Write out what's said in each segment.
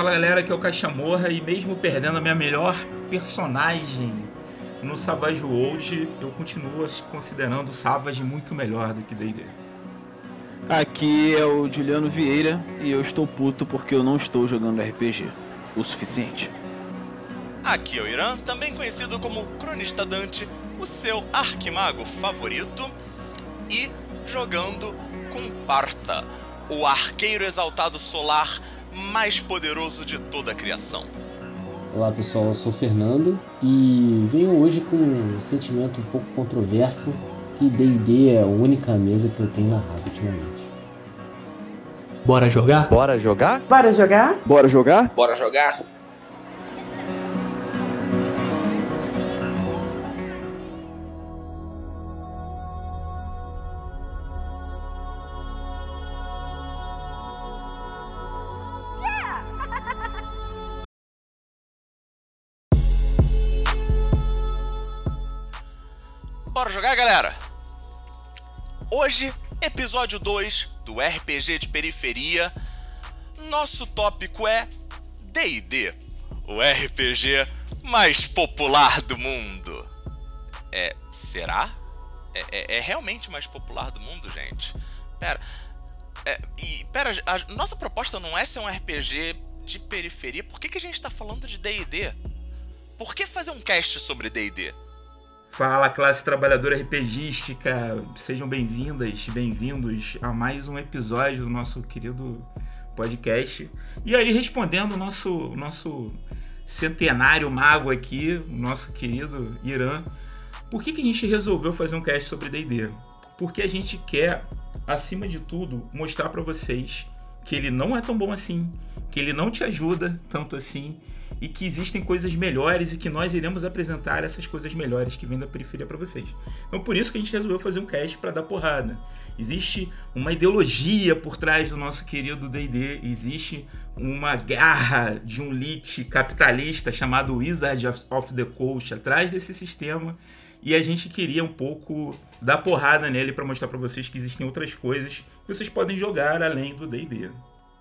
Fala galera, aqui é o Cachamorra e mesmo perdendo a minha melhor personagem no Savage World, eu continuo considerando o Savage muito melhor do que D&D. Aqui é o Juliano Vieira e eu estou puto porque eu não estou jogando RPG o suficiente. Aqui é o Irã, também conhecido como Cronista Dante, o seu arquimago favorito, e jogando com Partha, o arqueiro exaltado solar mais poderoso de toda a criação. Olá pessoal, eu sou o Fernando e venho hoje com um sentimento um pouco controverso que D&D é a única mesa que eu tenho narrado ultimamente. Bora jogar? Bora jogar? Bora jogar? Bora jogar? Bora jogar? Bora jogar, galera? Hoje, episódio 2 do RPG de Periferia. Nosso tópico é D&D, o RPG mais popular do mundo. Será? É realmente o mais popular do mundo, gente? Pera, a nossa proposta não é ser um RPG de periferia. Por que a gente tá falando de D&D? Por que fazer um cast sobre D&D? Fala, classe trabalhadora RPGística, sejam bem-vindas, bem-vindos a mais um episódio do nosso querido podcast. E aí, respondendo o nosso centenário mago aqui, o nosso querido Irã, por que a gente resolveu fazer um cast sobre D&D? Porque a gente quer, acima de tudo, mostrar pra vocês que ele não é tão bom assim, que ele não te ajuda tanto assim, e que existem coisas melhores e que nós iremos apresentar essas coisas melhores que vêm da periferia para vocês. Então por isso que a gente resolveu fazer um cast para dar porrada. Existe uma ideologia por trás do nosso querido D&D, existe uma garra de um elite capitalista chamado Wizard of the Coast atrás desse sistema, e a gente queria um pouco dar porrada nele para mostrar para vocês que existem outras coisas que vocês podem jogar além do D&D.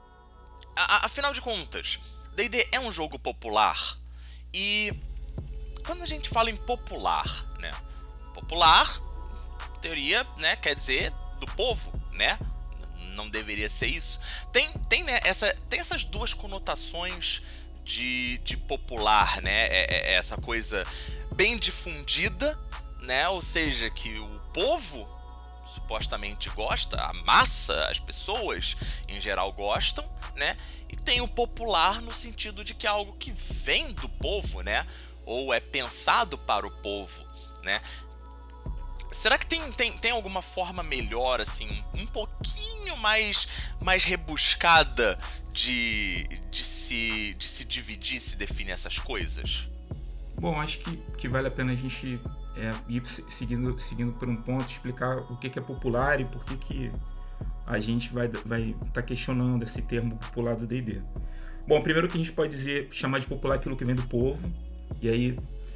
Afinal de contas, D&D é um jogo popular, e quando a gente fala em popular, né? Popular, teoria, né, quer dizer do povo, né? Não deveria ser isso. Tem essas duas conotações de popular, né? Essa coisa bem difundida, né? Ou seja, que o povo supostamente gosta, a massa, as pessoas em geral gostam, né? E tem o popular no sentido de que é algo que vem do povo, né? Ou é pensado para o povo, né? Será que tem alguma forma melhor, assim, um pouquinho mais rebuscada de se dividir, se definir essas coisas? Bom, acho que vale a pena a gente ir seguindo por um ponto, explicar o que é popular e por que a gente vai estar questionando esse termo popular do D&D. Bom, primeiro que a gente pode chamar de popular aquilo que vem do povo, e aí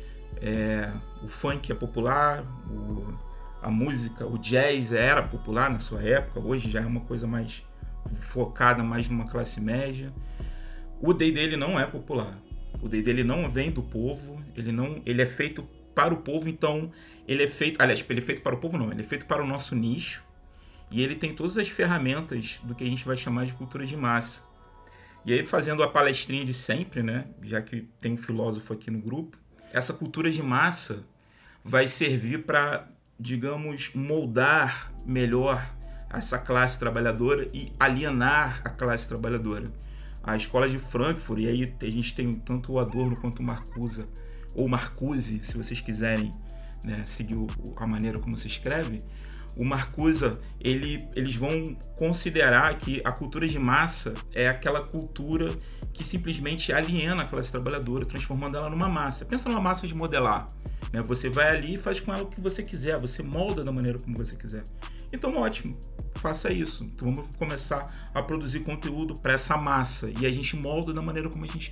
o funk é popular, a música, o jazz era popular na sua época, hoje já é uma coisa mais focada mais numa classe média. O D&D ele não é popular, o D&D ele não vem do povo, ele é feito para o povo, então ele é feito para o povo não, ele é feito para o nosso nicho, e ele tem todas as ferramentas do que a gente vai chamar de cultura de massa. E aí, fazendo a palestrinha de sempre, né, já que tem um filósofo aqui no grupo, essa cultura de massa vai servir para, digamos, moldar melhor essa classe trabalhadora e alienar a classe trabalhadora. A escola de Frankfurt, e aí a gente tem tanto o Adorno quanto o Marcuse, ou Marcuse, se vocês quiserem, né, seguir a maneira como se escreve. O Marcuse, eles vão considerar que a cultura de massa é aquela cultura que simplesmente aliena a classe trabalhadora, transformando ela numa massa. Pensa numa massa de modelar, né? Você vai ali e faz com ela o que você quiser, você molda da maneira como você quiser. Então, ótimo, faça isso. Então, vamos começar a produzir conteúdo para essa massa, e a gente molda da maneira como a gente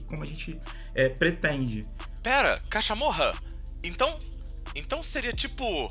pretende. Pera, Cachamorra, então seria tipo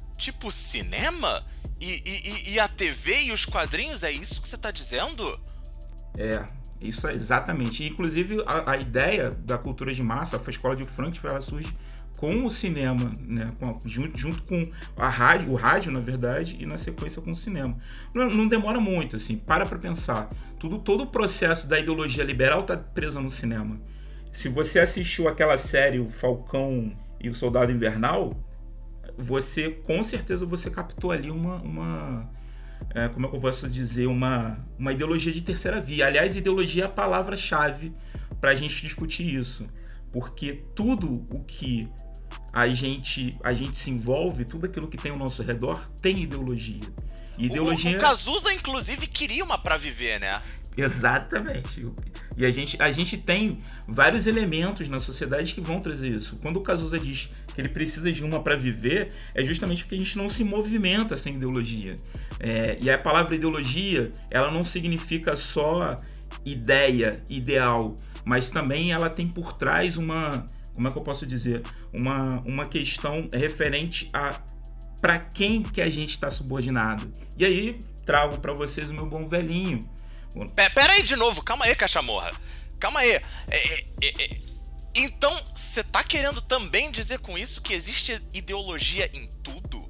cinema? E a TV e os quadrinhos, é isso que você tá dizendo? Isso é exatamente. Inclusive, a ideia da cultura de massa, a escola de Frankfurt, ela surge com o cinema, né? Junto com o rádio, na verdade, e na sequência com o cinema. Não demora muito, assim, para pensar. Todo o processo da ideologia liberal está preso no cinema. Se você assistiu aquela série, O Falcão e o Soldado Invernal, com certeza você captou ali como é que eu posso dizer, uma ideologia de terceira via. Aliás, ideologia é a palavra-chave para a gente discutir isso, porque tudo o que a gente se envolve, tudo aquilo que tem ao nosso redor tem ideologia. E ideologia... O Cazuza, inclusive, queria uma pra viver, né? Exatamente. E a gente tem vários elementos na sociedade que vão trazer isso. Quando o Cazuza diz que ele precisa de uma para viver, é justamente porque a gente não se movimenta sem ideologia. E a palavra ideologia, ela não significa só ideia, ideal, mas também ela tem por trás como é que eu posso dizer? Uma questão referente a para quem que a gente está subordinado. E aí, trago para vocês o meu bom velhinho. Pera aí de novo, calma aí, Cachamorra. Calma aí. Então, você tá querendo também dizer com isso que existe ideologia em tudo?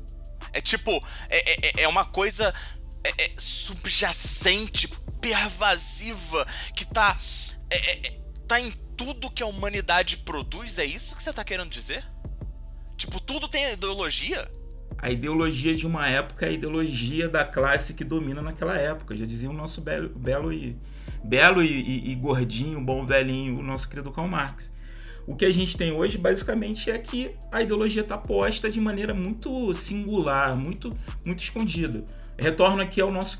É uma coisa subjacente, pervasiva, que tá em tudo que a humanidade produz? É isso que você tá querendo dizer? Tudo tem ideologia? A ideologia de uma época é a ideologia da classe que domina naquela época. Já dizia o nosso belo e gordinho, bom velhinho, o nosso querido Karl Marx. O que a gente tem hoje, basicamente, é que a ideologia está posta de maneira muito singular, muito, muito escondida. Retorno aqui ao a nossa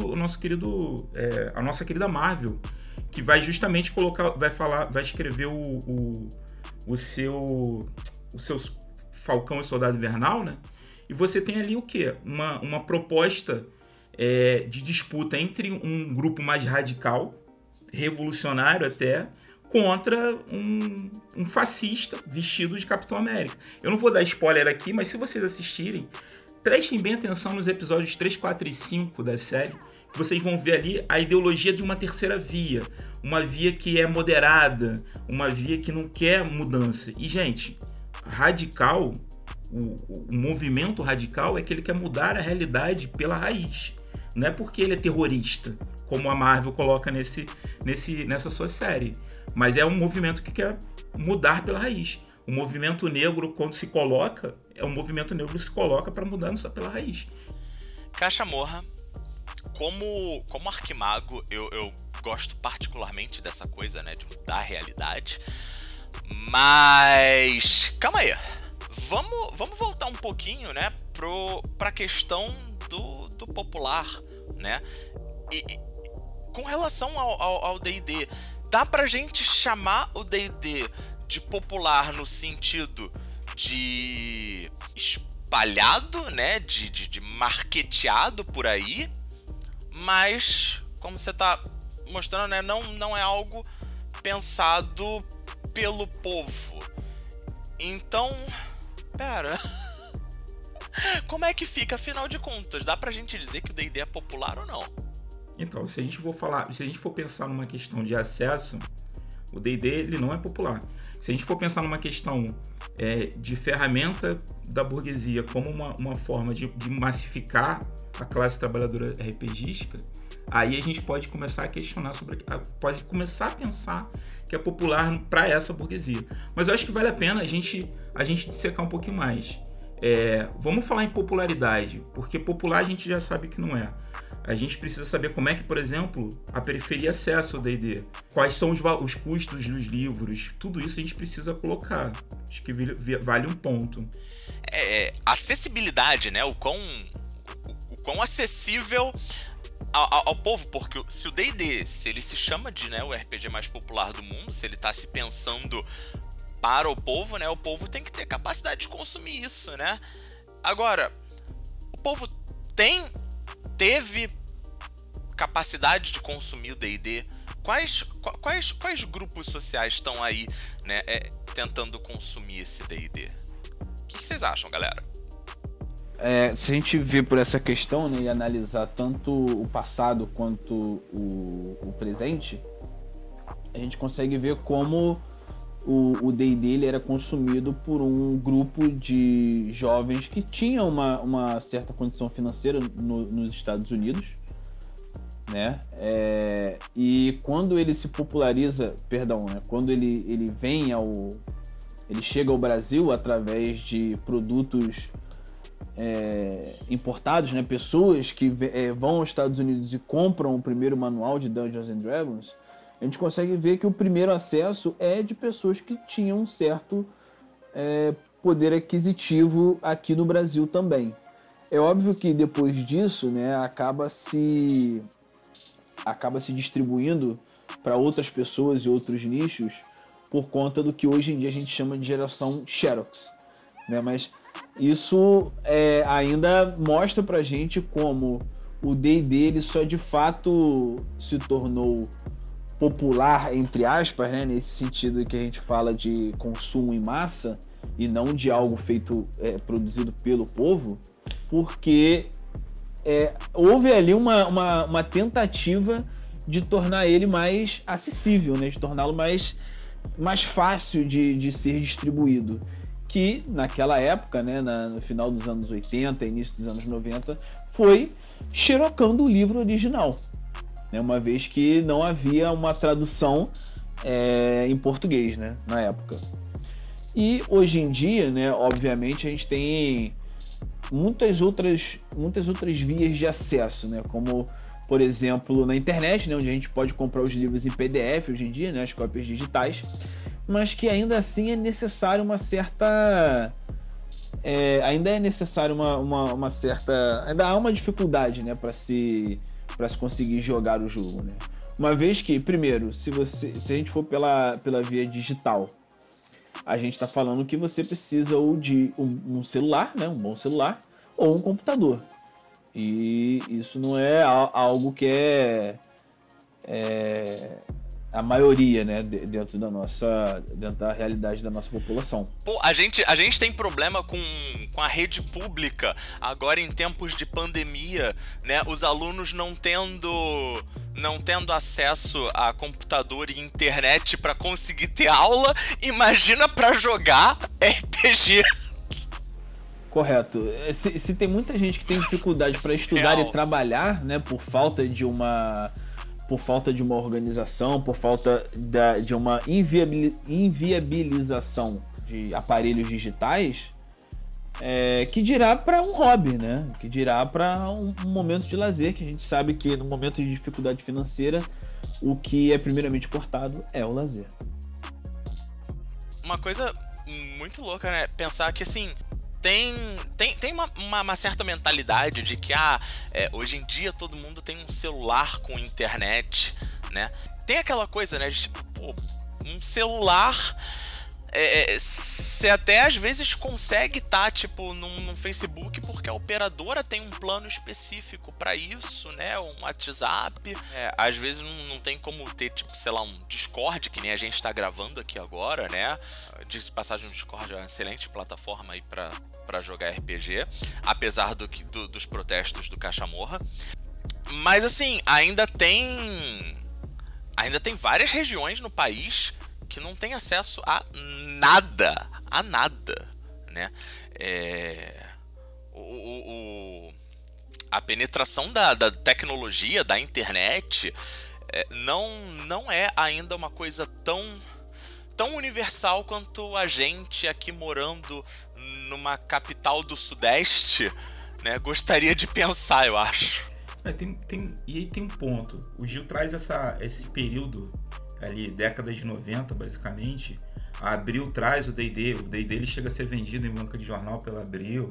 querida Marvel, que vai justamente vai escrever o seu Falcão e Soldado Invernal, né? E você tem ali o quê? Uma proposta de disputa entre um grupo mais radical, revolucionário até, contra um fascista vestido de Capitão América. Eu não vou dar spoiler aqui, mas se vocês assistirem, prestem bem atenção nos episódios 3, 4 e 5 da série, que vocês vão ver ali a ideologia de uma terceira via, uma via que é moderada, uma via que não quer mudança. E, gente, radical, o movimento radical é que ele quer mudar a realidade pela raiz. Não é porque ele é terrorista, como a Marvel coloca nessa sua série. Mas é um movimento que quer mudar pela raiz. O movimento negro, quando se coloca, é um movimento negro que se coloca para mudança pela raiz. Cachamorra, como arquimago, eu gosto particularmente dessa coisa, né, de mudar a realidade. Mas calma aí. Vamos voltar um pouquinho, né, pra questão do popular, né? E com relação ao D&D, dá pra gente chamar o D&D de popular no sentido de espalhado, né, de marketeado por aí, mas, como você tá mostrando, né, não é algo pensado pelo povo. Então, pera, como é que fica, afinal de contas? Dá pra gente dizer que o D&D é popular ou não? Então, se a gente for pensar numa questão de acesso, o D&D ele não é popular. Se a gente for pensar numa questão de ferramenta da burguesia como uma forma de massificar a classe trabalhadora RPGística, aí a gente pode começar a questionar pode começar a pensar que é popular para essa burguesia. Mas eu acho que vale a pena a gente dissecar um pouquinho mais. Vamos falar em popularidade, porque popular a gente já sabe que não é. A gente precisa saber como é que, por exemplo, a periferia acessa o D&D. Quais são os custos dos livros. Tudo isso a gente precisa colocar. Acho que vale um ponto. Acessibilidade, né? O quão acessível ao povo. Porque se o D&D, se ele se chama de, né, o RPG mais popular do mundo, se ele tá se pensando para o povo, né? O povo tem que ter capacidade de consumir isso, né? Agora, o povo teve capacidade de consumir o D&D? Quais grupos sociais estão aí, né, tentando consumir esse D&D? O que vocês acham, galera? Se a gente ver por essa questão, né, e analisar tanto o passado quanto o presente, a gente consegue ver como o D&D ele era consumido por um grupo de jovens que tinham uma certa condição financeira nos Estados Unidos, né? E quando ele se populariza, né? Quando ele chega ao Brasil através de produtos importados, né? Pessoas que vão aos Estados Unidos e compram o primeiro manual de Dungeons and Dragons, a gente consegue ver que o primeiro acesso é de pessoas que tinham um certo poder aquisitivo aqui no Brasil também. É óbvio que depois disso, né, acaba se distribuindo para outras pessoas e outros nichos por conta do que hoje em dia a gente chama de geração Xerox, né? Mas isso ainda mostra pra gente como o D&D ele só de fato se tornou popular, entre aspas, né? Nesse sentido que a gente fala de consumo em massa e não de algo feito, produzido pelo povo, porque houve ali uma tentativa de tornar ele mais acessível, né? De torná-lo mais fácil de ser distribuído, que naquela época, né, no final dos anos 80, início dos anos 90, foi xerocando o livro original, né, uma vez que não havia uma tradução em português, né, na época. E hoje em dia, né, obviamente, a gente tem muitas outras vias de acesso, né, como, por exemplo, na internet, né, onde a gente pode comprar os livros em PDF hoje em dia, né, as cópias digitais, mas que ainda assim é necessário uma certa... ainda há uma dificuldade, né, para se conseguir jogar o jogo, né? Uma vez que, primeiro, se a gente for pela via digital, a gente está falando que você precisa ou de um celular, né, um bom celular, ou um computador. E isso não é algo que é a maioria, né, dentro da realidade da nossa população. Pô, a gente tem problema com a rede pública agora em tempos de pandemia, né? Os alunos não tendo acesso a computador e internet para conseguir ter aula. Imagina para jogar RPG. Correto. Se tem muita gente que tem dificuldade para estudar e trabalhar, né, por falta de uma organização, por falta de uma inviabilização de aparelhos digitais, que dirá para um hobby, né? Que dirá para um momento de lazer, que a gente sabe que no momento de dificuldade financeira, o que é primeiramente cortado é o lazer. Uma coisa muito louca, né? Pensar que, assim, tem uma certa mentalidade de que hoje em dia todo mundo tem um celular com internet, né? Tem aquela coisa, né, de tipo, pô, um celular, você até às vezes consegue estar, tipo, num Facebook porque a operadora tem um plano específico pra isso, né? Um WhatsApp. Às vezes não tem como ter, tipo, sei lá, um Discord, que nem a gente tá gravando aqui agora, né? De passagem, o Discord é uma excelente plataforma aí pra jogar RPG, apesar dos protestos do Cachamorra. Mas, assim, ainda tem várias regiões no país que não tem acesso a nada, né? A penetração da tecnologia, da internet, não é ainda uma coisa tão universal quanto a gente aqui morando numa capital do Sudeste, né, gostaria de pensar, eu acho. E aí tem um ponto. O Gil traz esse período ali, década de 90, basicamente. A Abril traz o D&D. O D&D ele chega a ser vendido em banca de jornal pela Abril.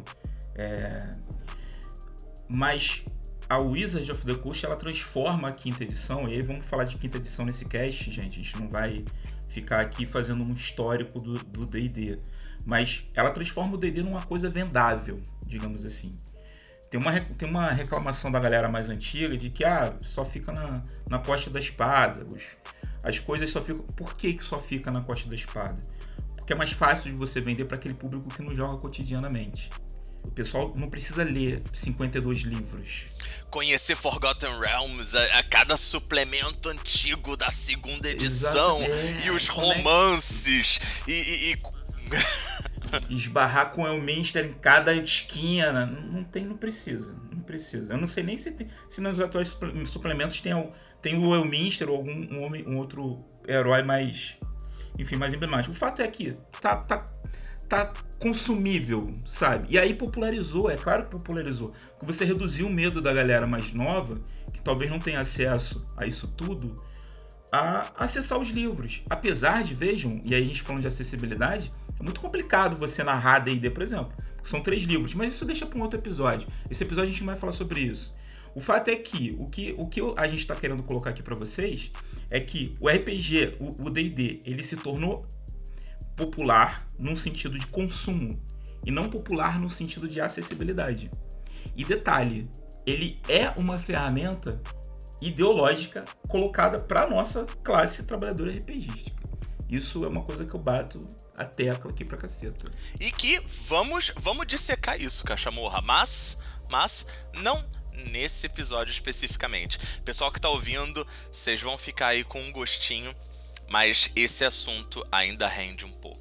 Mas a Wizards of the Coast, ela transforma a quinta edição. E aí vamos falar de quinta edição nesse cast, gente. A gente não vai ficar aqui fazendo um histórico do D&D. Mas ela transforma o D&D numa coisa vendável, digamos assim. Tem uma reclamação da galera mais antiga de que só fica na costa da espada. As coisas só ficam... Por que só fica na costa da espada? Porque é mais fácil de você vender para aquele público que não joga cotidianamente. O pessoal não precisa ler 52 livros. conhecer Forgotten Realms, a cada suplemento antigo da segunda edição, e os romances, e esbarrar com o Elminster em cada esquina. Não precisa. Eu não sei nem se nos atuais suplementos tem o Elminster ou um outro herói mais emblemático. O fato é que tá consumível, sabe? E aí popularizou, é claro que popularizou. Porque você reduziu o medo da galera mais nova, que talvez não tenha acesso a isso tudo, a acessar os livros. Apesar de, vejam, e aí a gente falando de acessibilidade, é muito complicado você narrar D&D, por exemplo. São 3 livros, mas isso deixa para um outro episódio. Esse episódio a gente não vai falar sobre isso. O fato é que o que a gente está querendo colocar aqui para vocês é que o RPG, o D&D, ele se tornou popular num sentido de consumo e não popular no sentido de acessibilidade. E detalhe, ele é uma ferramenta ideológica colocada para nossa classe trabalhadora RPGística. Isso é uma coisa que eu bato a tecla aqui pra caceta. E que vamos dissecar isso, Cachamorra, mas não nesse episódio especificamente. Pessoal que tá ouvindo, vocês vão ficar aí com um gostinho, mas esse assunto ainda rende um pouco.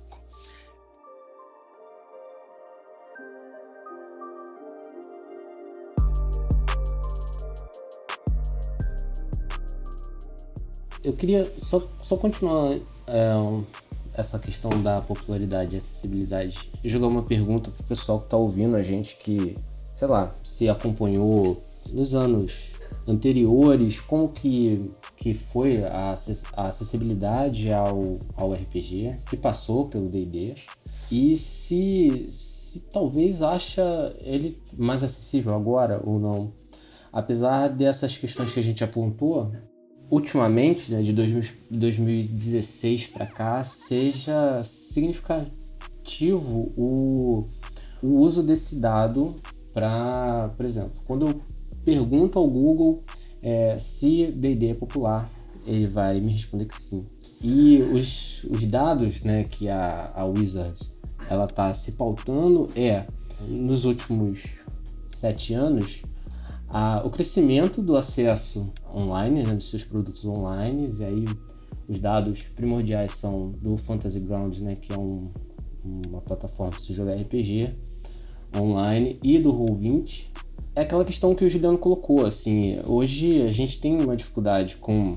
Eu queria só continuar essa questão da popularidade e acessibilidade. E jogar uma pergunta pro pessoal que tá ouvindo a gente que, sei lá, se acompanhou nos anos anteriores, como que foi a acessibilidade ao RPG, se passou pelo D&D e se talvez acha ele mais acessível agora ou não. Apesar dessas questões que a gente apontou, ultimamente, né, de 2016 para cá, seja significativo o uso desse dado para, por exemplo, quando eu pergunto ao Google se D&D é popular, ele vai me responder que sim. E os dados, né, que a Wizards ela está se pautando nos últimos 7 anos, o crescimento do acesso online, né, dos seus produtos online, e aí os dados primordiais são do Fantasy Grounds, né, que é uma plataforma para você jogar RPG online, e do Roll20. É aquela questão que o Juliano colocou, assim, hoje a gente tem uma dificuldade com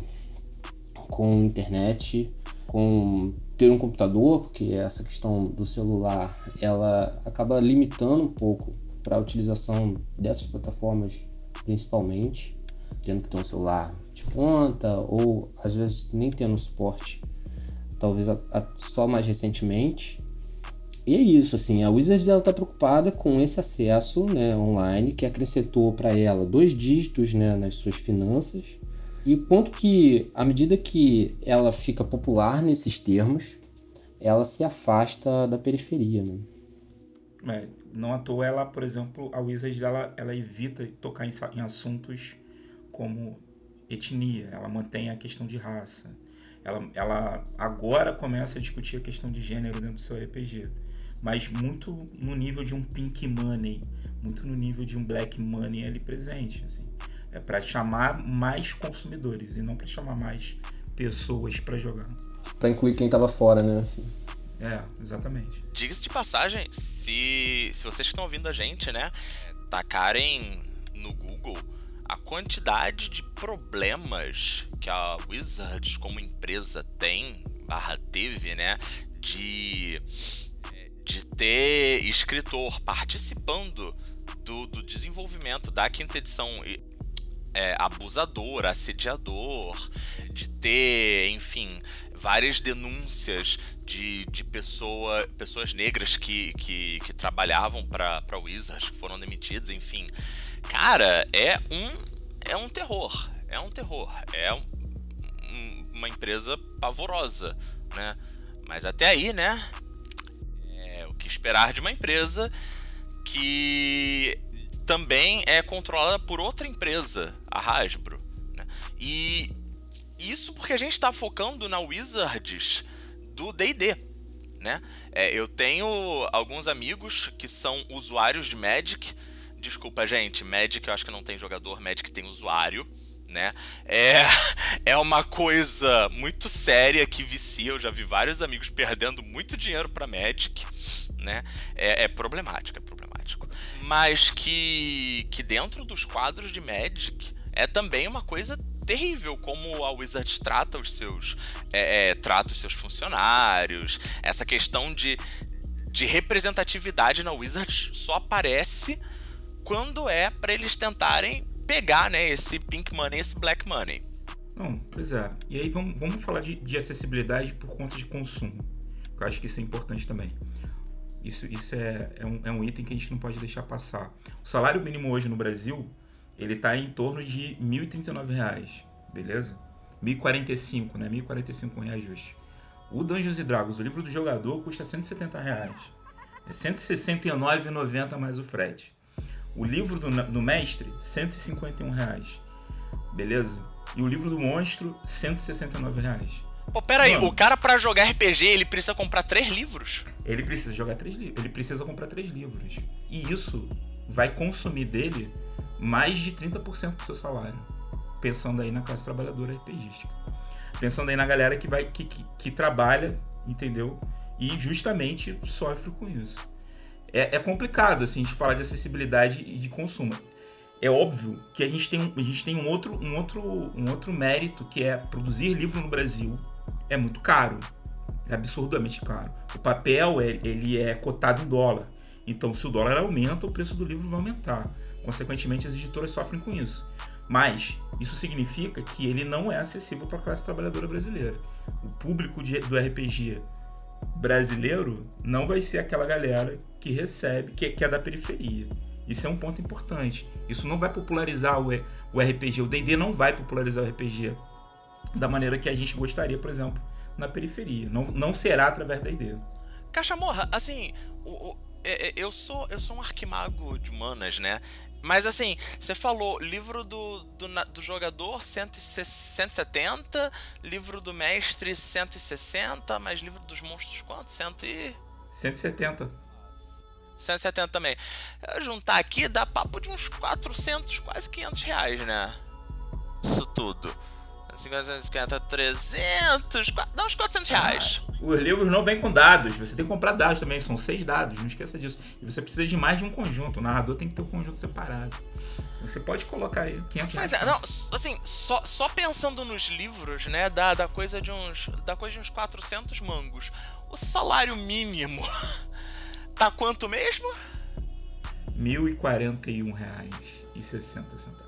internet, com ter um computador, porque essa questão do celular, ela acaba limitando um pouco para a utilização dessas plataformas, principalmente, tendo que ter um celular de ponta, ou às vezes nem tendo suporte, talvez só mais recentemente. E é isso, assim, a Wizards está preocupada com esse acesso, né, online, que acrescentou para ela 2 dígitos, né, nas suas finanças, e quanto que, à medida que ela fica popular nesses termos, ela se afasta da periferia, né? Não à toa ela, por exemplo, a Wizards ela evita tocar em assuntos como etnia, ela mantém a questão de raça, ela agora começa a discutir a questão de gênero dentro do seu RPG, mas muito no nível de um pink money, muito no nível de um black money ali presente, assim. É para chamar mais consumidores e não para chamar mais pessoas para jogar. Para incluir quem tava fora, né? Assim. Exatamente. Diga-se de passagem, se vocês que estão ouvindo a gente, né, tacarem no Google a quantidade de problemas que a Wizards como empresa teve, né, de ter escritor participando do desenvolvimento da 5ª edição, abusador, assediador, de ter, enfim, várias denúncias de pessoas negras que trabalhavam para Wizards, que foram demitidas, enfim. Cara, é um terror, é uma empresa pavorosa, né? Mas até aí, né, o que esperar de uma empresa que também é controlada por outra empresa, a Hasbro, né? E isso porque a gente está focando na Wizards do D&D, né? Eu tenho alguns amigos que são usuários de Magic desculpa, gente, Magic eu acho que não tem jogador, Magic tem usuário, né? É uma coisa muito séria que vicia. Eu já vi vários amigos perdendo muito dinheiro pra Magic, né? É problemático. Mas que dentro dos quadros de Magic é também uma coisa terrível, como a Wizards trata os seus funcionários. Essa questão de representatividade na Wizards só aparece quando é para eles tentarem pegar, né, esse pink money, esse black money. Não, pois é. E aí vamos falar de acessibilidade por conta de consumo. Eu acho que isso é importante também. Isso é um item que a gente não pode deixar passar. O salário mínimo hoje no Brasil, ele está em torno de R$ 1.039, beleza? 1.045, né? R$ 1.045 reajuste. O Dungeons & Dragons, o livro do jogador, custa R$ 170. É R$ 169,90 mais o frete. O livro do mestre, R$ 151. Beleza? E o livro do monstro, R$ 169. Pô, peraí, Mano, o cara pra jogar RPG, ele precisa comprar 3 livros? Ele precisa jogar 3 livros. Ele precisa comprar 3 livros. E isso vai consumir dele mais de 30% do seu salário. Pensando aí na classe trabalhadora RPGística. Pensando aí na galera que trabalha, entendeu? E justamente sofre com isso. É complicado, assim, de falar de acessibilidade e de consumo. É óbvio que a gente tem um outro mérito, que é produzir livro no Brasil é muito caro. É absurdamente caro. O papel, ele é cotado em dólar. Então, se o dólar aumenta, o preço do livro vai aumentar. Consequentemente, as editoras sofrem com isso. Mas isso significa que ele não é acessível para a classe trabalhadora brasileira. O público do RPG brasileiro não vai ser aquela galera que recebe, que é da periferia. Isso é um ponto importante. Isso não vai popularizar o RPG. O D&D não vai popularizar o RPG da maneira que a gente gostaria, por exemplo, na periferia. Não será através da D&D. Cachamorra, assim, eu sou um arquimago de humanas, né? Mas assim, você falou livro do jogador 170, livro do mestre 160, mas livro dos monstros quanto? 170. 170 também. Eu juntar aqui dá papo de uns 400, quase 500 reais, né? Isso tudo. 550, 300, dá uns 400 reais. Os livros não vêm com dados, você tem que comprar dados também, são 6 dados, não esqueça disso. E você precisa de mais de um conjunto, o narrador tem que ter um conjunto separado. Você pode colocar aí 500 reais. Mas não, assim, só pensando nos livros, né, da coisa de uns 400 mangos. O salário mínimo tá quanto mesmo? R$ 1.041,60.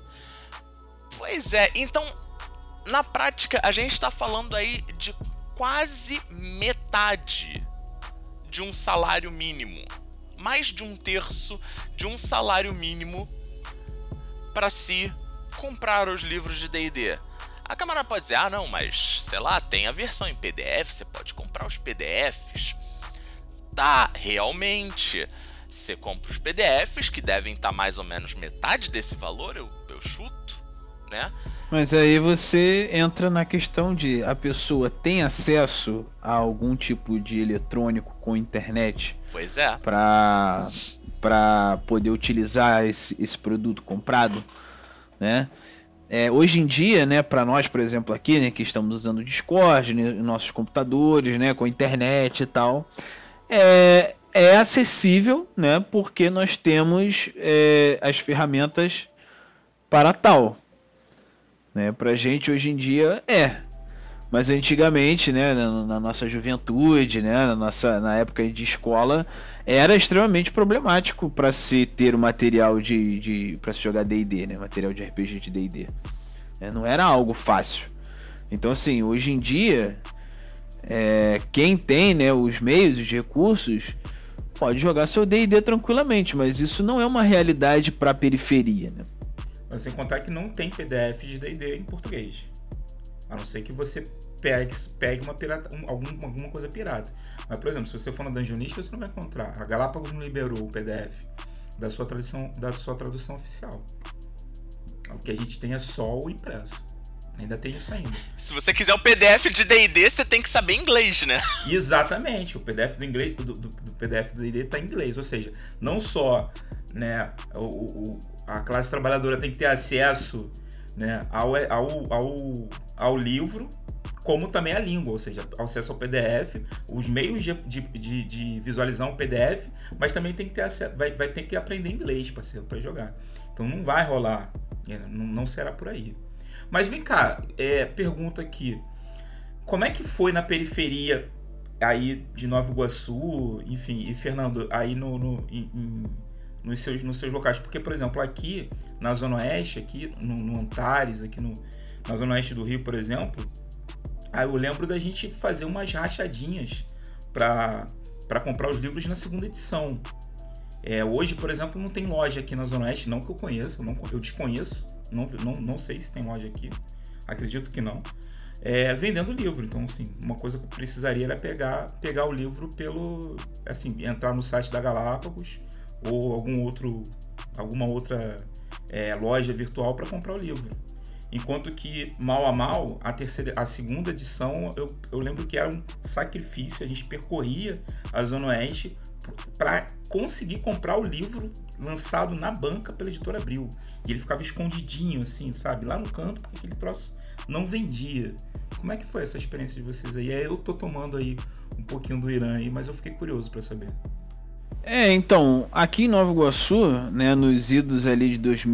Pois é, então, na prática, a gente tá falando aí de quase metade de um salário mínimo. Mais de 1/3 de um salário mínimo para se comprar os livros de D&D. A camarada pode dizer, não, mas, sei lá, tem a versão em PDF, você pode comprar os PDFs. Tá, realmente, você compra os PDFs, que devem estar mais ou menos metade desse valor, eu chuto, né? Mas aí você entra na questão de a pessoa tem acesso a algum tipo de eletrônico com internet. Pois é. Para poder utilizar esse produto comprado, né? Hoje em dia, né, para nós, por exemplo, aqui, né, que estamos usando o Discord, né, nossos computadores, né, com internet e tal, é acessível, né, porque nós temos as ferramentas para tal. Né, pra gente hoje em dia mas antigamente, né, na nossa juventude, né, na época de escola, era extremamente problemático para se ter o material para se jogar D&D, né, material de RPG de D&D. Não era algo fácil. Então, assim, hoje em dia, quem tem, né, os meios, os recursos, pode jogar seu D&D tranquilamente, mas isso não é uma realidade para a periferia, né? Mas sem contar que não tem PDF de D&D em português. A não ser que você pegue alguma coisa pirata. Mas, por exemplo, se você for no Dungeonista, você não vai encontrar. A Galápagos não liberou o PDF da sua tradução oficial. O que a gente tem é só o impresso. Ainda tem isso ainda. Se você quiser o PDF de D&D, você tem que saber inglês, né? Exatamente. O PDF do PDF do D&D está em inglês. Ou seja, não só né, a classe trabalhadora tem que ter acesso, né, ao livro, como também a língua, ou seja, acesso ao PDF, os meios de visualizar um PDF, mas também tem que ter acesso, vai ter que aprender inglês, parceiro, para jogar. Então não vai rolar, não será por aí. Mas vem cá, pergunta aqui, como é que foi na periferia aí de Nova Iguaçu, enfim, e Fernando, aí nos seus locais? Porque, por exemplo, aqui na Zona Oeste, aqui no Antares, aqui na Zona Oeste do Rio, por exemplo, aí eu lembro da gente fazer umas rachadinhas para comprar os livros na segunda edição. Hoje, por exemplo, não tem loja aqui na Zona Oeste, não que eu conheça, eu desconheço, não sei se tem loja aqui, acredito que não, vendendo livro. Então, assim, uma coisa que eu precisaria era pegar o livro entrar no site da Galápagos ou alguma outra loja virtual para comprar o livro. Enquanto que, mal a mal, a segunda edição, eu lembro que era um sacrifício, a gente percorria a Zona Oeste para conseguir comprar o livro lançado na banca pela Editora Abril. E ele ficava escondidinho, assim, sabe? Lá no canto, porque aquele troço não vendia. Como é que foi essa experiência de vocês aí? Eu tô tomando aí um pouquinho do Irã aí, mas eu fiquei curioso para saber. Então, aqui em Nova Iguaçu, né, nos idos ali de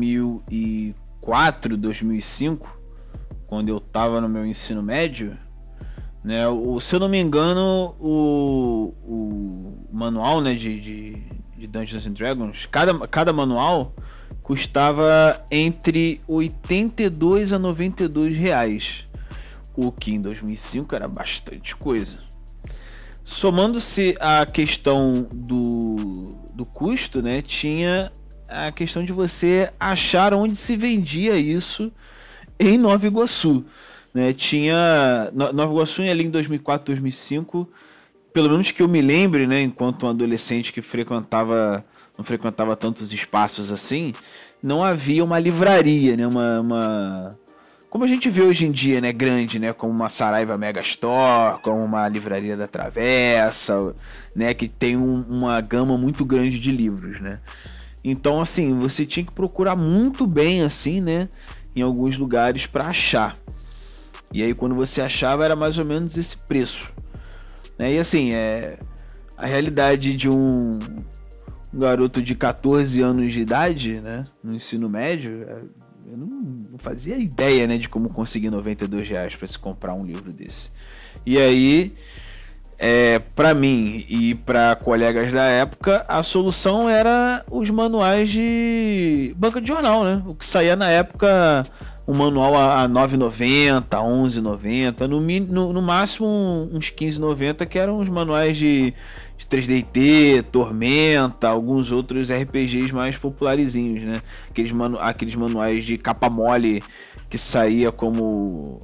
2004, 2005, quando eu tava no meu ensino médio, né, se eu não me engano, o manual, né, de Dungeons and Dragons, cada manual custava entre 82 a 92 reais, o que em 2005 era bastante coisa. Somando-se a questão do custo, né, tinha a questão de você achar onde se vendia isso em Nova Iguaçu, né? Tinha Nova Iguaçu ali em 2004, 2005, pelo menos que eu me lembre, né, enquanto um adolescente que não frequentava tantos espaços assim, não havia uma livraria, né, como a gente vê hoje em dia, né, grande, né, como uma Saraiva Megastore, como uma Livraria da Travessa, né, que tem uma gama muito grande de livros, né. Então, assim, você tinha que procurar muito bem, assim, né, em alguns lugares para achar. E aí, quando você achava, era mais ou menos esse preço, né. E assim, a realidade de um garoto de 14 anos de idade, né, no ensino médio, eu não fazia ideia, né, de como conseguir 92 reais para se comprar um livro desse. E aí, para mim e para colegas da época, a solução era os manuais de banca de jornal, né? O que saía na época, um manual a R$ 9,90, R$ 11,90, no máximo uns R$ 15,90, que eram os manuais de 3DT, Tormenta, alguns outros RPGs mais popularizinhos, né? Aqueles manuais de capa mole que saía como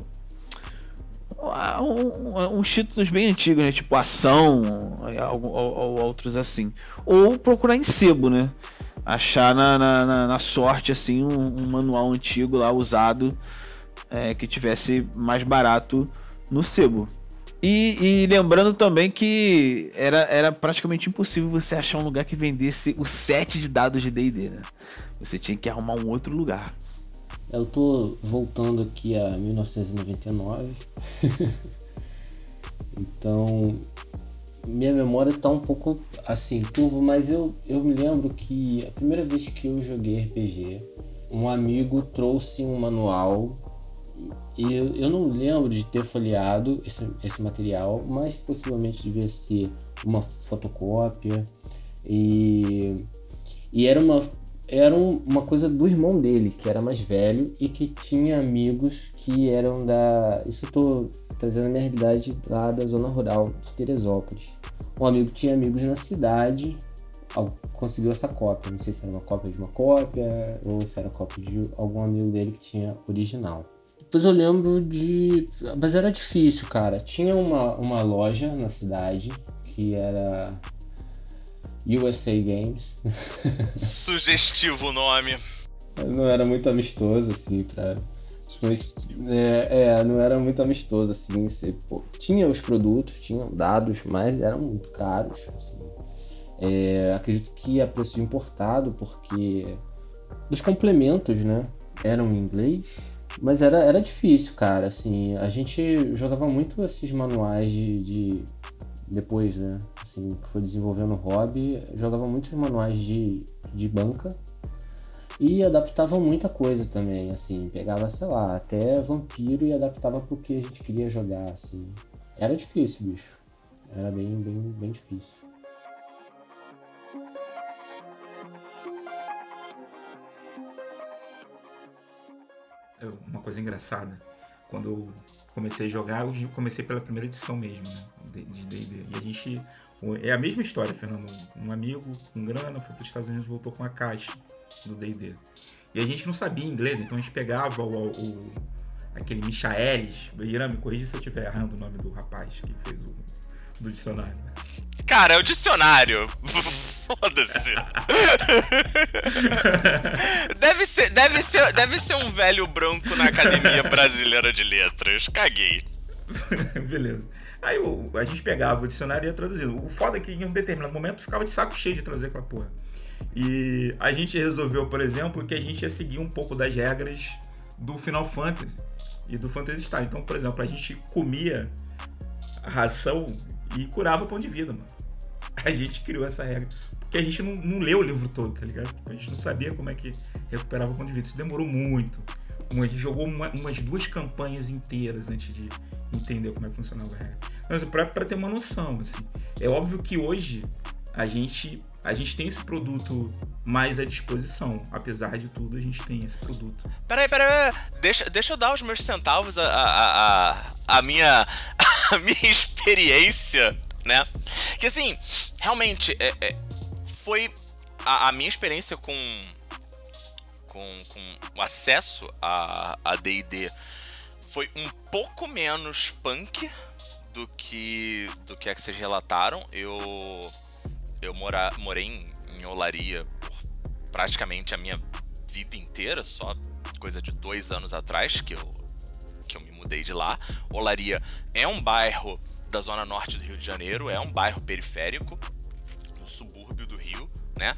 uns títulos bem antigos, né? Tipo Ação, ou outros assim. Ou procurar em sebo, né? Achar na sorte assim um manual antigo lá usado, que tivesse mais barato no sebo. E lembrando também que era praticamente impossível você achar um lugar que vendesse o set de dados de D&D, né? Você tinha que arrumar um outro lugar. Eu tô voltando aqui a 1999. Então, minha memória tá um pouco assim, turvo, mas eu me lembro que a primeira vez que eu joguei RPG, um amigo trouxe um manual. E eu não lembro de ter folheado esse material, mas possivelmente devia ser uma fotocópia. E era uma coisa do irmão dele, que era mais velho e que tinha amigos que eram da... Isso eu tô trazendo a minha realidade lá da zona rural de Teresópolis. Um amigo tinha amigos na cidade, conseguiu essa cópia. Não sei se era uma cópia de uma cópia ou se era cópia de algum amigo dele que tinha original. Depois eu lembro mas era difícil, cara. Tinha uma loja na cidade que era USA Games. Sugestivo o nome. Não era muito amistoso, assim, não era muito amistoso, assim. Tinha os produtos, tinham dados, mas eram muito caros, assim. Acredito que a preço de importado, porque os complementos, né, eram em inglês, mas era difícil, cara, assim, a gente jogava muito esses manuais depois, né, assim, que foi desenvolvendo o hobby, jogava muitos manuais de banca e adaptava muita coisa também, assim, pegava, sei lá, até vampiro e adaptava pro que a gente queria jogar, assim. Era difícil, bicho, era bem difícil. Uma coisa engraçada, quando eu comecei a jogar, eu comecei pela primeira edição mesmo, né, de D&D. E a gente... É a mesma história, Fernando. Um amigo com grana foi para os Estados Unidos e voltou com a caixa do D&D. E a gente não sabia inglês, então a gente pegava aquele Michaelis. Irã, me corrija se eu estiver errando o nome do rapaz que fez do dicionário. Cara, é o dicionário. Foda-se. Deve ser um velho branco na Academia Brasileira de Letras. Caguei. Beleza. Aí a gente pegava o dicionário e ia traduzindo. O foda é que em um determinado momento ficava de saco cheio de traduzir aquela porra. E a gente resolveu, por exemplo, que a gente ia seguir um pouco das regras do Final Fantasy e do Phantasy Star. Então, por exemplo, a gente comia a ração e curava o pão de vida, mano. A gente criou essa regra. Porque a gente não leu o livro todo, tá ligado? A gente não sabia como é que recuperava o pão de vida. Isso demorou muito. A gente jogou umas 2 campanhas inteiras antes de entender como é que funcionava a regra. Mas pra ter uma noção, assim. É óbvio que hoje a gente tem esse produto mais à disposição. Apesar de tudo, a gente tem esse produto. Peraí. Deixa eu dar os meus centavos a minha experiência, né? Que assim, realmente, foi a minha experiência com o acesso a D&D foi um pouco menos punk do que é que vocês relataram. Eu morei em Olaria por praticamente a minha vida inteira, só coisa de 2 anos atrás que eu me mudei de lá. Olaria é um bairro da zona norte do Rio de Janeiro, é um bairro periférico, um subúrbio do Rio, né?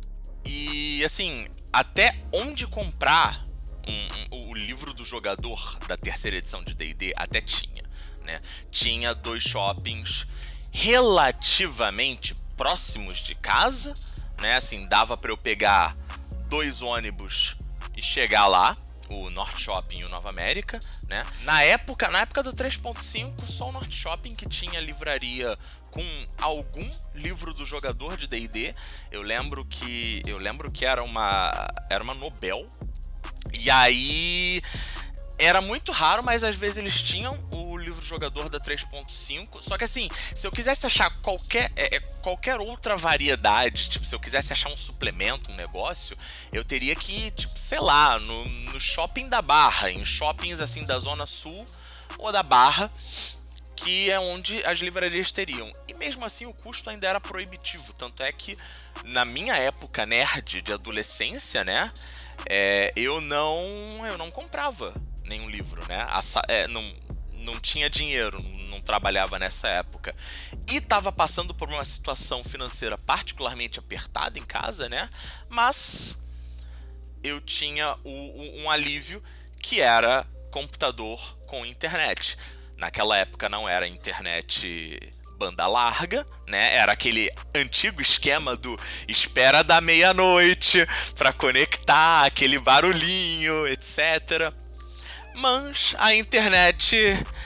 E assim, até onde comprar o livro do jogador da terceira edição de D&D até tinha, né? Tinha 2 shoppings relativamente próximos de casa, né? Assim, dava para eu pegar 2 ônibus e chegar lá, o Norte Shopping e o Nova América, né? Na época do 3.5, só o Norte Shopping que tinha livraria com algum livro do jogador de D&D. Eu lembro que era uma Nobel. E aí era muito raro, mas às vezes eles tinham o livro do jogador da 3.5. Só que assim, se eu quisesse achar qualquer outra variedade, tipo, se eu quisesse achar um suplemento, um negócio, eu teria que ir, tipo, sei lá, no shopping da Barra, em shoppings assim da Zona Sul ou da Barra, que é onde as livrarias teriam. E mesmo assim o custo ainda era proibitivo. Tanto é que na minha época nerd de adolescência, né, eu não comprava nenhum livro, né? Não tinha dinheiro, não trabalhava nessa época. E estava passando por uma situação financeira particularmente apertada em casa, né? Mas eu tinha um alívio que era computador com internet. Naquela época não era internet banda larga, né? Era aquele antigo esquema do espera da meia-noite para conectar, aquele barulhinho, etc. Mas a internet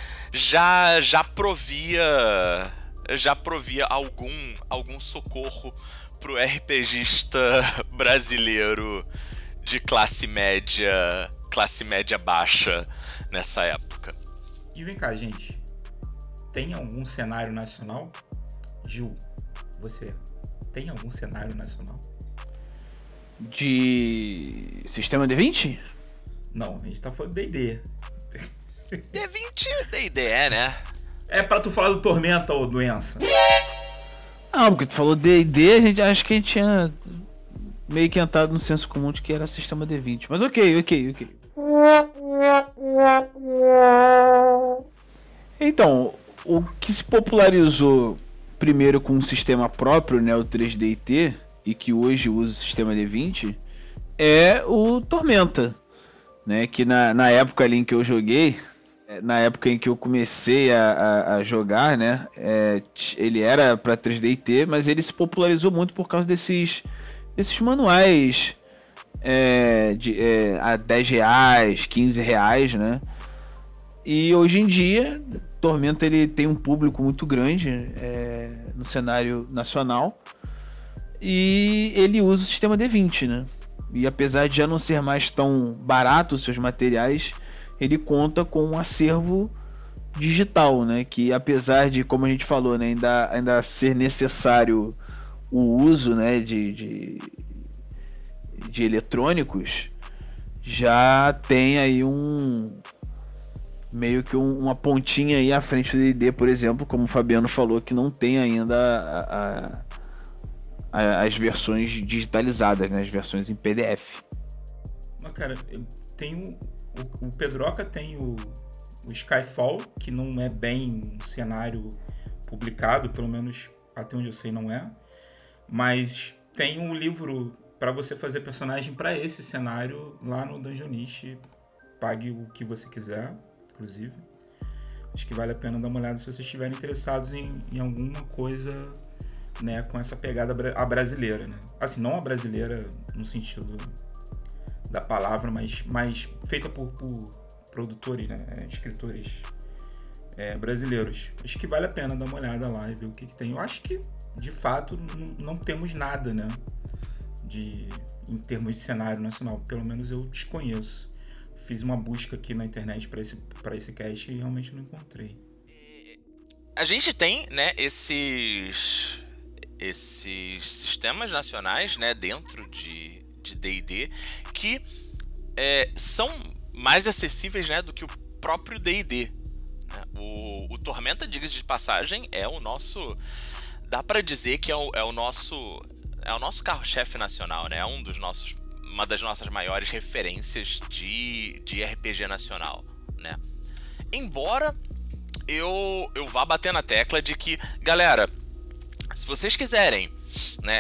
já provia algum socorro pro RPGista brasileiro de classe média baixa nessa época. E vem cá, gente. Tem algum cenário nacional? Gil, você tem algum cenário nacional? De sistema D20? Não, a gente tá falando de D&D. D20 D&D, né? É pra tu falar do Tormenta ou Doença? Não, porque tu falou D&D, acho que a gente tinha meio que entrado no senso comum de que era sistema D20. Mas ok. Então, o que se popularizou primeiro com um sistema próprio, né, o 3DT, e que hoje usa o sistema D20, é o Tormenta, né, que na época ali em que eu joguei, na época em que eu comecei a jogar, né, ele era para 3DT, mas ele se popularizou muito por causa desses manuais a R$10, R$15, né? E hoje em dia, Tormenta ele tem um público muito grande no cenário nacional e ele usa o sistema D20, né? E apesar de já não ser mais tão barato os seus materiais, ele conta com um acervo digital, né? Que apesar de, como a gente falou, né, ainda ser necessário o uso, né, de eletrônicos, já tem aí meio que uma pontinha aí à frente do D&D, por exemplo, como o Fabiano falou, que não tem ainda as versões digitalizadas, né, as versões em PDF. Mas, cara, tem o Pedroca tem o Skyfall, que não é bem um cenário publicado, pelo menos até onde eu sei não é, mas tem um livro para você fazer personagem para esse cenário lá no Dungeonish. Pague o que você quiser, inclusive. Acho que vale a pena dar uma olhada se vocês estiverem interessados em alguma coisa, né, com essa pegada a brasileira, né? Assim, não a brasileira no sentido da palavra, mas feita por produtores, né, escritores brasileiros. Acho que vale a pena dar uma olhada lá e ver o que tem. Eu acho que, de fato, não temos nada, né, em termos de cenário nacional. Pelo menos eu desconheço. Fiz uma busca aqui na internet para esse cast e realmente não encontrei. A gente tem, né, esses sistemas nacionais, né, dentro de D&D que são mais acessíveis, né, do que o próprio D&D. Né? O Tormenta, diga-se de passagem, é o nosso... Dá pra dizer que é o nosso carro-chefe nacional, né? Uma das nossas maiores referências de RPG nacional, né? Embora eu vá bater na tecla de que, galera, se vocês quiserem, né,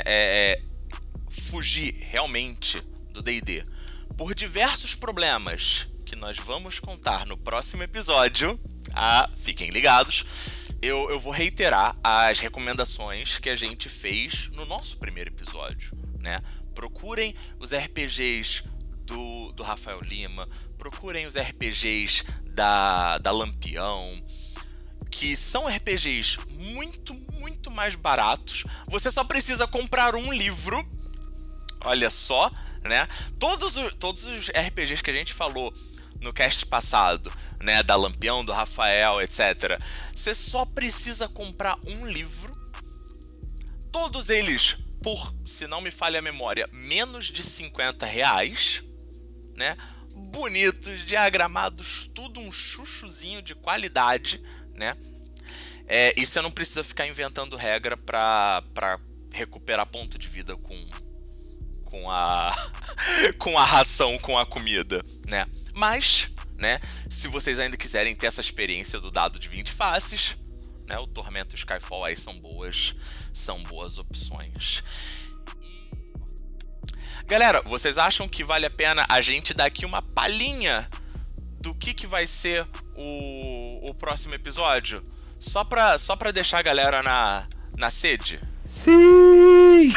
fugir realmente do D&D por diversos problemas que nós vamos contar no próximo episódio, fiquem ligados, eu vou reiterar as recomendações que a gente fez no nosso primeiro episódio, né? Procurem os RPGs do Rafael Lima, procurem os RPGs da Lampião, que são RPGs muito, muito mais baratos. Você só precisa comprar um livro, olha só, né? Todos os RPGs que a gente falou no cast passado, né, da Lampião, do Rafael, etc. Você só precisa comprar um livro. Todos eles, por, se não me falha a memória, menos de R$50, né? Bonitos, diagramados, tudo um chuchuzinho de qualidade, né? E você não precisa ficar inventando regra pra recuperar ponto de vida com a ração, com a comida, né? Mas, né, se vocês ainda quiserem ter essa experiência do dado de 20 faces, né, o Tormenta e o Skyfall aí são boas opções. Galera, vocês acham que vale a pena a gente dar aqui uma palhinha do que vai ser o próximo episódio? Só pra deixar a galera na sede? Sim!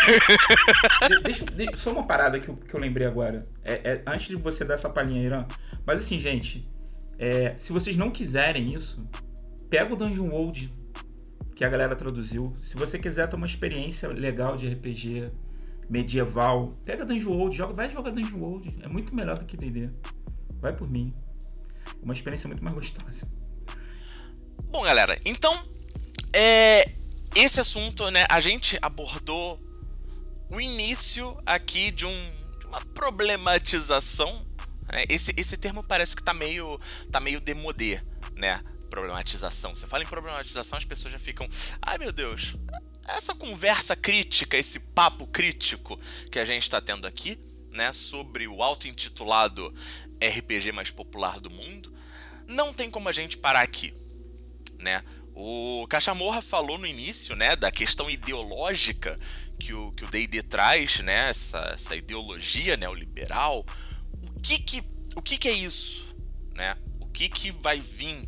Só uma parada que eu lembrei agora. Antes de você dar essa palhinha, Irã. Mas assim, gente, se vocês não quiserem isso, pega o Dungeon World que a galera traduziu. Se você quiser ter uma experiência legal de RPG medieval, pega Dungeon World, vai jogar Dungeon World. É muito melhor do que D&D. Vai por mim. Uma experiência muito mais gostosa. Bom, galera, então esse assunto, né, a gente abordou o início aqui de uma problematização, né? Esse termo parece que tá meio demodé, né? Problematização. Você fala em problematização, as pessoas já ficam, ai meu Deus, essa conversa crítica, esse papo crítico que a gente está tendo aqui, né, sobre o auto-intitulado RPG mais popular do mundo, não tem como a gente parar aqui, né? O Cachamorra falou no início, né, da questão ideológica que o D&D traz, né, essa ideologia neoliberal. O que é isso, né? O que vai vir?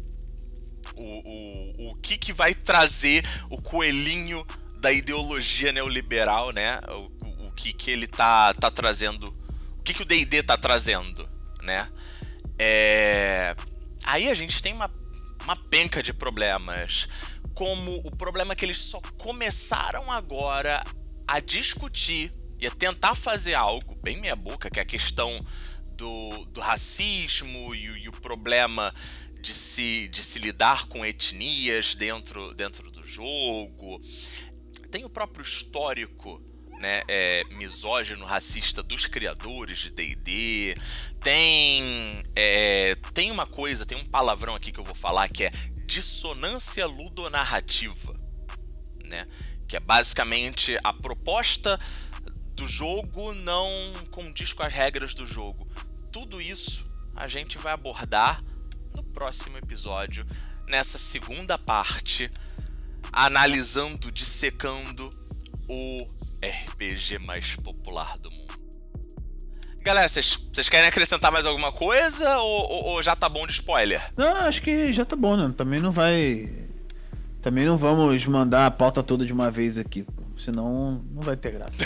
O que vai trazer o coelhinho da ideologia neoliberal, né? O que ele tá trazendo? O que o D&D tá trazendo, né? Aí a gente tem uma penca de problemas, como o problema que eles só começaram agora a discutir e a tentar fazer algo bem meia boca, que é a questão do racismo e o problema de se lidar com etnias dentro do jogo. Tem o próprio histórico, né, misógino, racista dos criadores de D&D. Tem uma coisa, tem um palavrão aqui que eu vou falar, que é dissonância ludonarrativa, né? Que é basicamente a proposta do jogo não condiz com as regras do jogo. Tudo isso a gente vai abordar no próximo episódio, nessa segunda parte, analisando, dissecando o RPG mais popular do mundo. Galera, vocês querem acrescentar mais alguma coisa ou já tá bom de spoiler? Não, acho que já tá bom, né? Também não vamos mandar a pauta toda de uma vez aqui, senão não vai ter graça.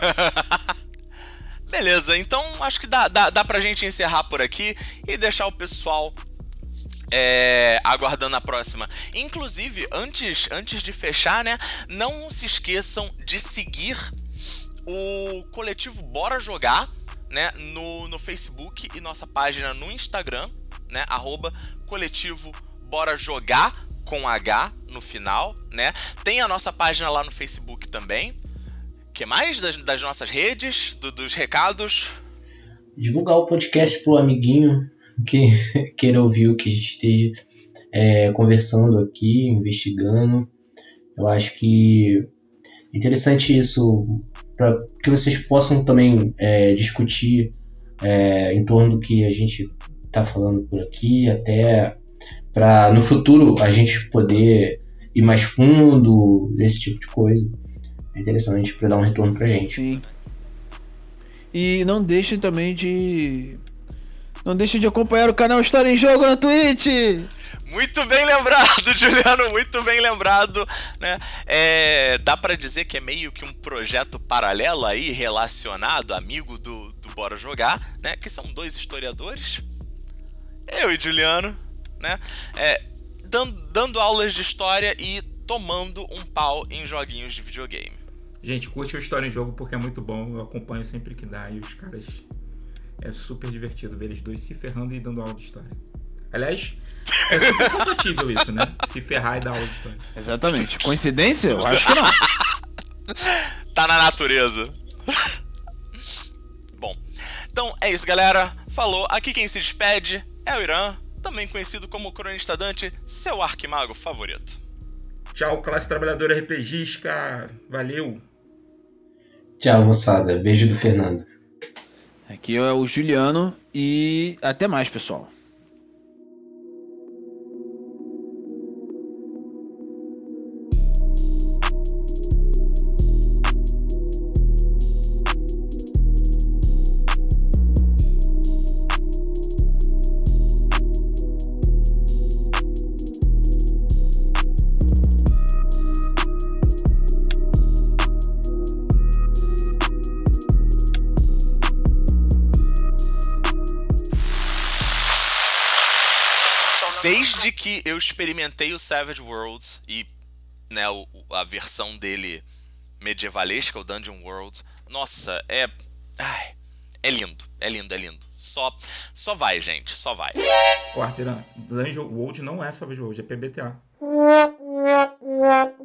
Beleza, então acho que dá pra gente encerrar por aqui e deixar o pessoal aguardando a próxima. Inclusive, antes de fechar, né, não se esqueçam de seguir o coletivo Bora Jogar, né, no Facebook e nossa página no Instagram, né, @coletivo Bora Jogar com H no final, né? Tem a nossa página lá no Facebook também. Que mais das nossas redes, dos recados? Divulgar o podcast pro amiguinho que queira ouvir o que a gente esteja conversando aqui, investigando. Eu acho que é interessante isso, para que vocês possam também discutir em torno do que a gente está falando por aqui, até para no futuro a gente poder ir mais fundo, esse tipo de coisa. É interessante para dar um retorno pra gente. Sim. E não deixem também de acompanhar o canal História em Jogo na Twitch. Muito bem lembrado, Juliano, muito bem lembrado, né? Dá pra dizer que é meio que um projeto paralelo aí, relacionado, amigo do Bora Jogar, né? Que são dois historiadores, eu e Juliano, né? Dando aulas de história e tomando um pau em joguinhos de videogame. Gente, curte o História em Jogo porque é muito bom, eu acompanho sempre que dá e os caras... É super divertido ver eles dois se ferrando e dando aula de história. Aliás, é super compatível isso, né? Se ferrar e dar aula de história. Exatamente. Coincidência? Eu acho que não. Tá na natureza. Bom, então é isso, galera. Falou. Aqui quem se despede é o Irã, também conhecido como Cronista Dante, seu arquimago favorito. Tchau, classe trabalhadora RPGística. Valeu. Tchau, moçada. Beijo do Fernando. Aqui é o Juliano e até mais, pessoal. Desde que eu experimentei o Savage Worlds e, né, a versão dele medievalesca, o Dungeon World, nossa, é lindo, é lindo, é lindo. Só vai, gente, só vai. Quarteirão, Dungeon World não é Savage World, é PBTA.